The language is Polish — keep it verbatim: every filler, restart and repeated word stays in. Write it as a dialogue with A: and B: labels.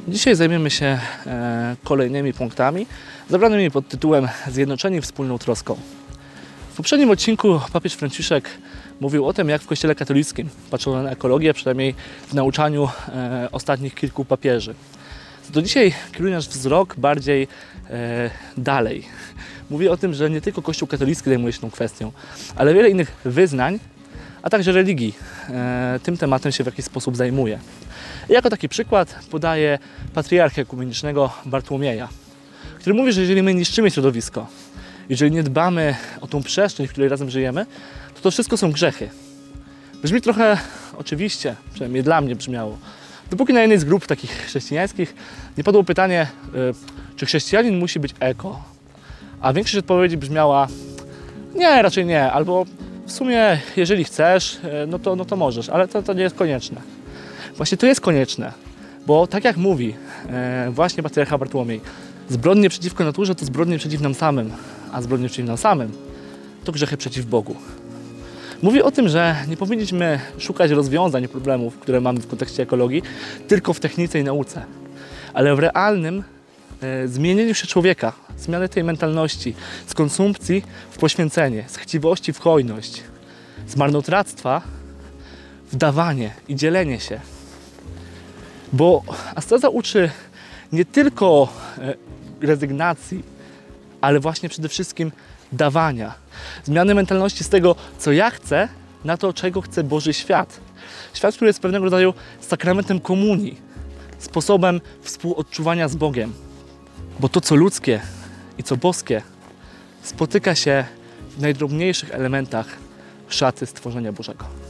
A: Dzisiaj zajmiemy się e, kolejnymi punktami zabranymi pod tytułem Zjednoczeni wspólną troską. W poprzednim odcinku papież Franciszek mówił o tym, jak w Kościele katolickim patrzono na ekologię, przynajmniej w nauczaniu e, ostatnich kilku papieży. To dzisiaj kieruje nasz wzrok bardziej e, dalej. Mówi o tym, że nie tylko Kościół katolicki zajmuje się tą kwestią, ale wiele innych wyznań, a także religii e, tym tematem się w jakiś sposób zajmuje. I jako taki przykład podaję patriarchę ekumenicznego Bartłomieja, który mówi, że jeżeli my niszczymy środowisko, jeżeli nie dbamy o tą przestrzeń, w której razem żyjemy, to to wszystko są grzechy. Brzmi trochę oczywiście, przynajmniej dla mnie brzmiało, dopóki na jednej z grup takich chrześcijańskich nie padło pytanie, czy chrześcijanin musi być eko, a większość odpowiedzi brzmiała nie, raczej nie, albo w sumie jeżeli chcesz, no to, no to możesz, ale to, to nie jest konieczne. Właśnie to jest konieczne, bo tak jak mówi e, właśnie patriarcha Bartłomiej, zbrodnie przeciwko naturze to zbrodnie przeciw nam samym, a zbrodnie przeciw nam samym to grzechy przeciw Bogu. Mówi o tym, że nie powinniśmy szukać rozwiązań problemów, które mamy w kontekście ekologii, tylko w technice i nauce, ale w realnym e, zmienieniu się człowieka, zmiany tej mentalności, z konsumpcji w poświęcenie, z chciwości w hojność, z marnotrawstwa w dawanie i dzielenie się. Bo asceza uczy nie tylko rezygnacji, ale właśnie przede wszystkim dawania. Zmiany mentalności z tego, co ja chcę, na to, czego chce Boży świat. Świat, który jest pewnego rodzaju sakramentem komunii, sposobem współodczuwania z Bogiem. Bo to, co ludzkie i co boskie, spotyka się w najdrobniejszych elementach szaty stworzenia Bożego.